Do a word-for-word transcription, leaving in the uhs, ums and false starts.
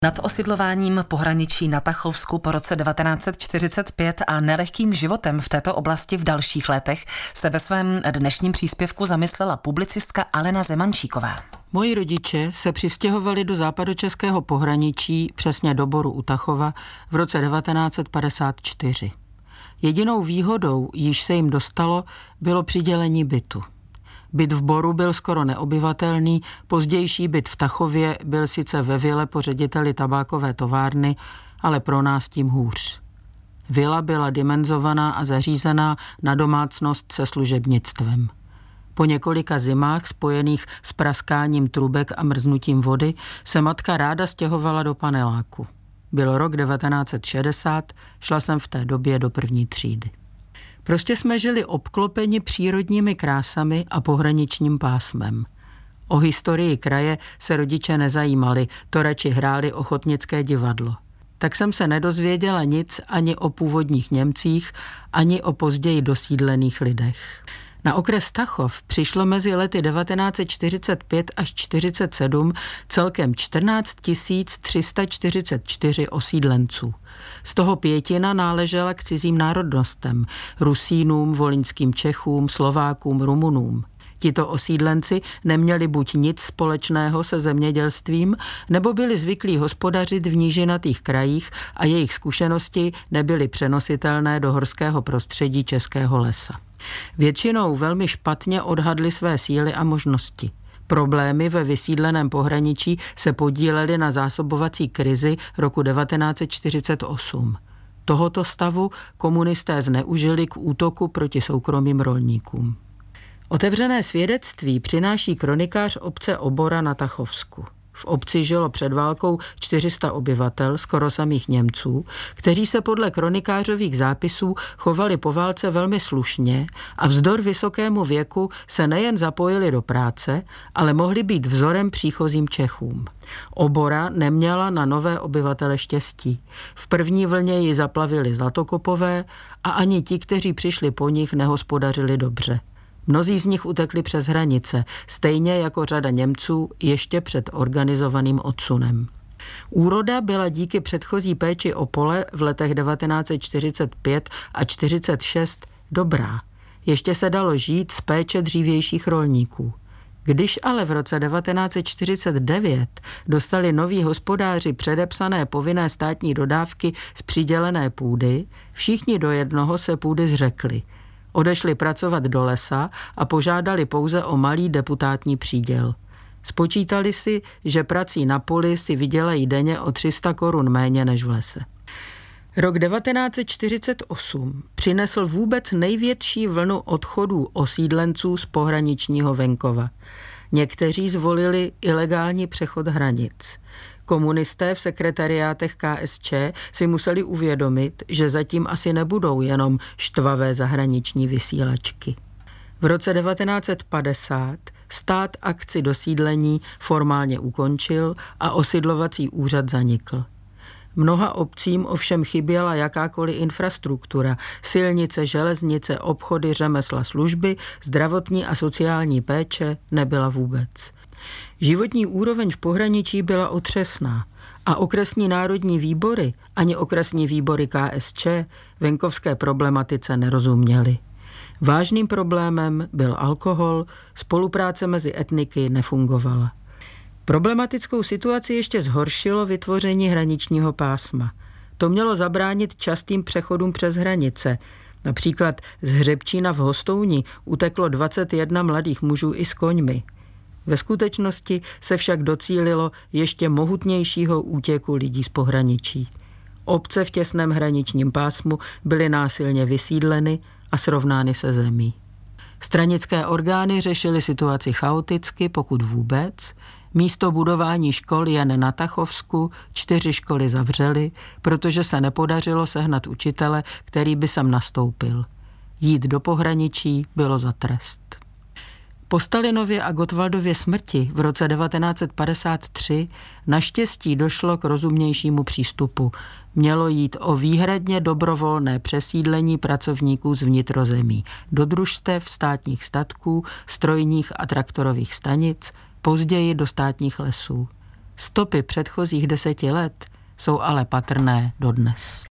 Nad osidlováním pohraničí na Tachovsku po roce devatenáct set čtyřicet pět a nelehkým životem v této oblasti v dalších letech se ve svém dnešním příspěvku zamyslela publicistka Alena Zemančíková. Moji rodiče se přistěhovali do západočeského pohraničí, přesně do Boru u Tachova, v roce devatenáct set padesát čtyři. Jedinou výhodou, již se jim dostalo, bylo přidělení bytu. Byt v Boru byl skoro neobyvatelný, pozdější byt v Tachově byl sice ve vile po řediteli tabákové továrny, ale pro nás tím hůř. Vila byla dimenzovaná a zařízená na domácnost se služebnictvem. Po několika zimách spojených s praskáním trubek a mrznutím vody se matka ráda stěhovala do paneláku. Byl rok devatenáct set šedesát, šla jsem v té době do první třídy. Prostě jsme žili obklopeni přírodními krásami a pohraničním pásmem. O historii kraje se rodiče nezajímali, to radši hráli ochotnické divadlo. Tak jsem se nedozvěděla nic ani o původních Němcích, ani o později dosídlených lidech. Na okres Tachov přišlo mezi lety devatenáct set čtyřicet pět až čtyřicet sedm celkem čtrnáct tisíc tři sta čtyřicet čtyři osídlenců. Z toho pětina náležela k cizím národnostem, Rusínům, volyňským Čechům, Slovákům, Rumunům. Tito osídlenci neměli buď nic společného se zemědělstvím, nebo byli zvyklí hospodařit v nížinatých krajích a jejich zkušenosti nebyly přenositelné do horského prostředí českého lesa. Většinou velmi špatně odhadli své síly a možnosti. Problémy ve vysídleném pohraničí se podílely na zásobovací krizi roku devatenáct set čtyřicet osm. Tohoto stavu komunisté zneužili k útoku proti soukromým rolníkům. Otevřené svědectví přináší kronikář obce Obora na Tachovsku. V obci žilo před válkou čtyři sta obyvatel, skoro samých Němců, kteří se podle kronikářových zápisů chovali po válce velmi slušně a vzdor vysokému věku se nejen zapojili do práce, ale mohli být vzorem příchozím Čechům. Obora neměla na nové obyvatele štěstí. V první vlně ji zaplavili zlatokopové a ani ti, kteří přišli po nich, nehospodařili dobře. Mnozí z nich utekli přes hranice, stejně jako řada Němců ještě před organizovaným odsunem. Úroda byla díky předchozí péči o pole v letech devatenáct set čtyřicet pět a čtyřicet šest dobrá. Ještě se dalo žít z péče dřívějších rolníků. Když ale v roce devatenáct set čtyřicet devět dostali noví hospodáři předepsané povinné státní dodávky z přidělené půdy, všichni do jednoho se půdy zřekli. Odešli pracovat do lesa a požádali pouze o malý deputátní příděl. Spočítali si, že prací na poli si vydělají denně o tři sta korun méně než v lese. Rok devatenáct set čtyřicet osm přinesl vůbec největší vlnu odchodů osídlenců z pohraničního venkova. Někteří zvolili ilegální přechod hranic. Komunisté v sekretariátech K S Č si museli uvědomit, že zatím asi nebudou jenom štvavé zahraniční vysílačky. V roce devatenáct set padesát stát akci dosídlení formálně ukončil a osidlovací úřad zanikl. Mnoha obcím ovšem chyběla jakákoliv infrastruktura, silnice, železnice, obchody, řemesla, služby, zdravotní a sociální péče nebyla vůbec. Životní úroveň v pohraničí byla otřesná a okresní národní výbory ani okresní výbory K S Č venkovské problematice nerozuměly. Vážným problémem byl alkohol, spolupráce mezi etniky nefungovala. Problematickou situaci ještě zhoršilo vytvoření hraničního pásma. To mělo zabránit častým přechodům přes hranice. Například z Hřebčína v Hostouni uteklo dvacet jedna mladých mužů i s koňmi. Ve skutečnosti se však docílilo ještě mohutnějšího útěku lidí z pohraničí. Obce v těsném hraničním pásmu byly násilně vysídleny a srovnány se zemí. Stranické orgány řešily situaci chaoticky, pokud vůbec. Místo budování škol jen na Tachovsku čtyři školy zavřely, protože se nepodařilo sehnat učitele, který by sem nastoupil. Jít do pohraničí bylo za trest. Po Stalinově a Gottwaldově smrti v roce devatenáct set padesát tři naštěstí došlo k rozumnějšímu přístupu. Mělo jít o výhradně dobrovolné přesídlení pracovníků z vnitrozemí do družstev, státních statků, strojních a traktorových stanic, později do státních lesů. Stopy předchozích deseti let jsou ale patrné dodnes.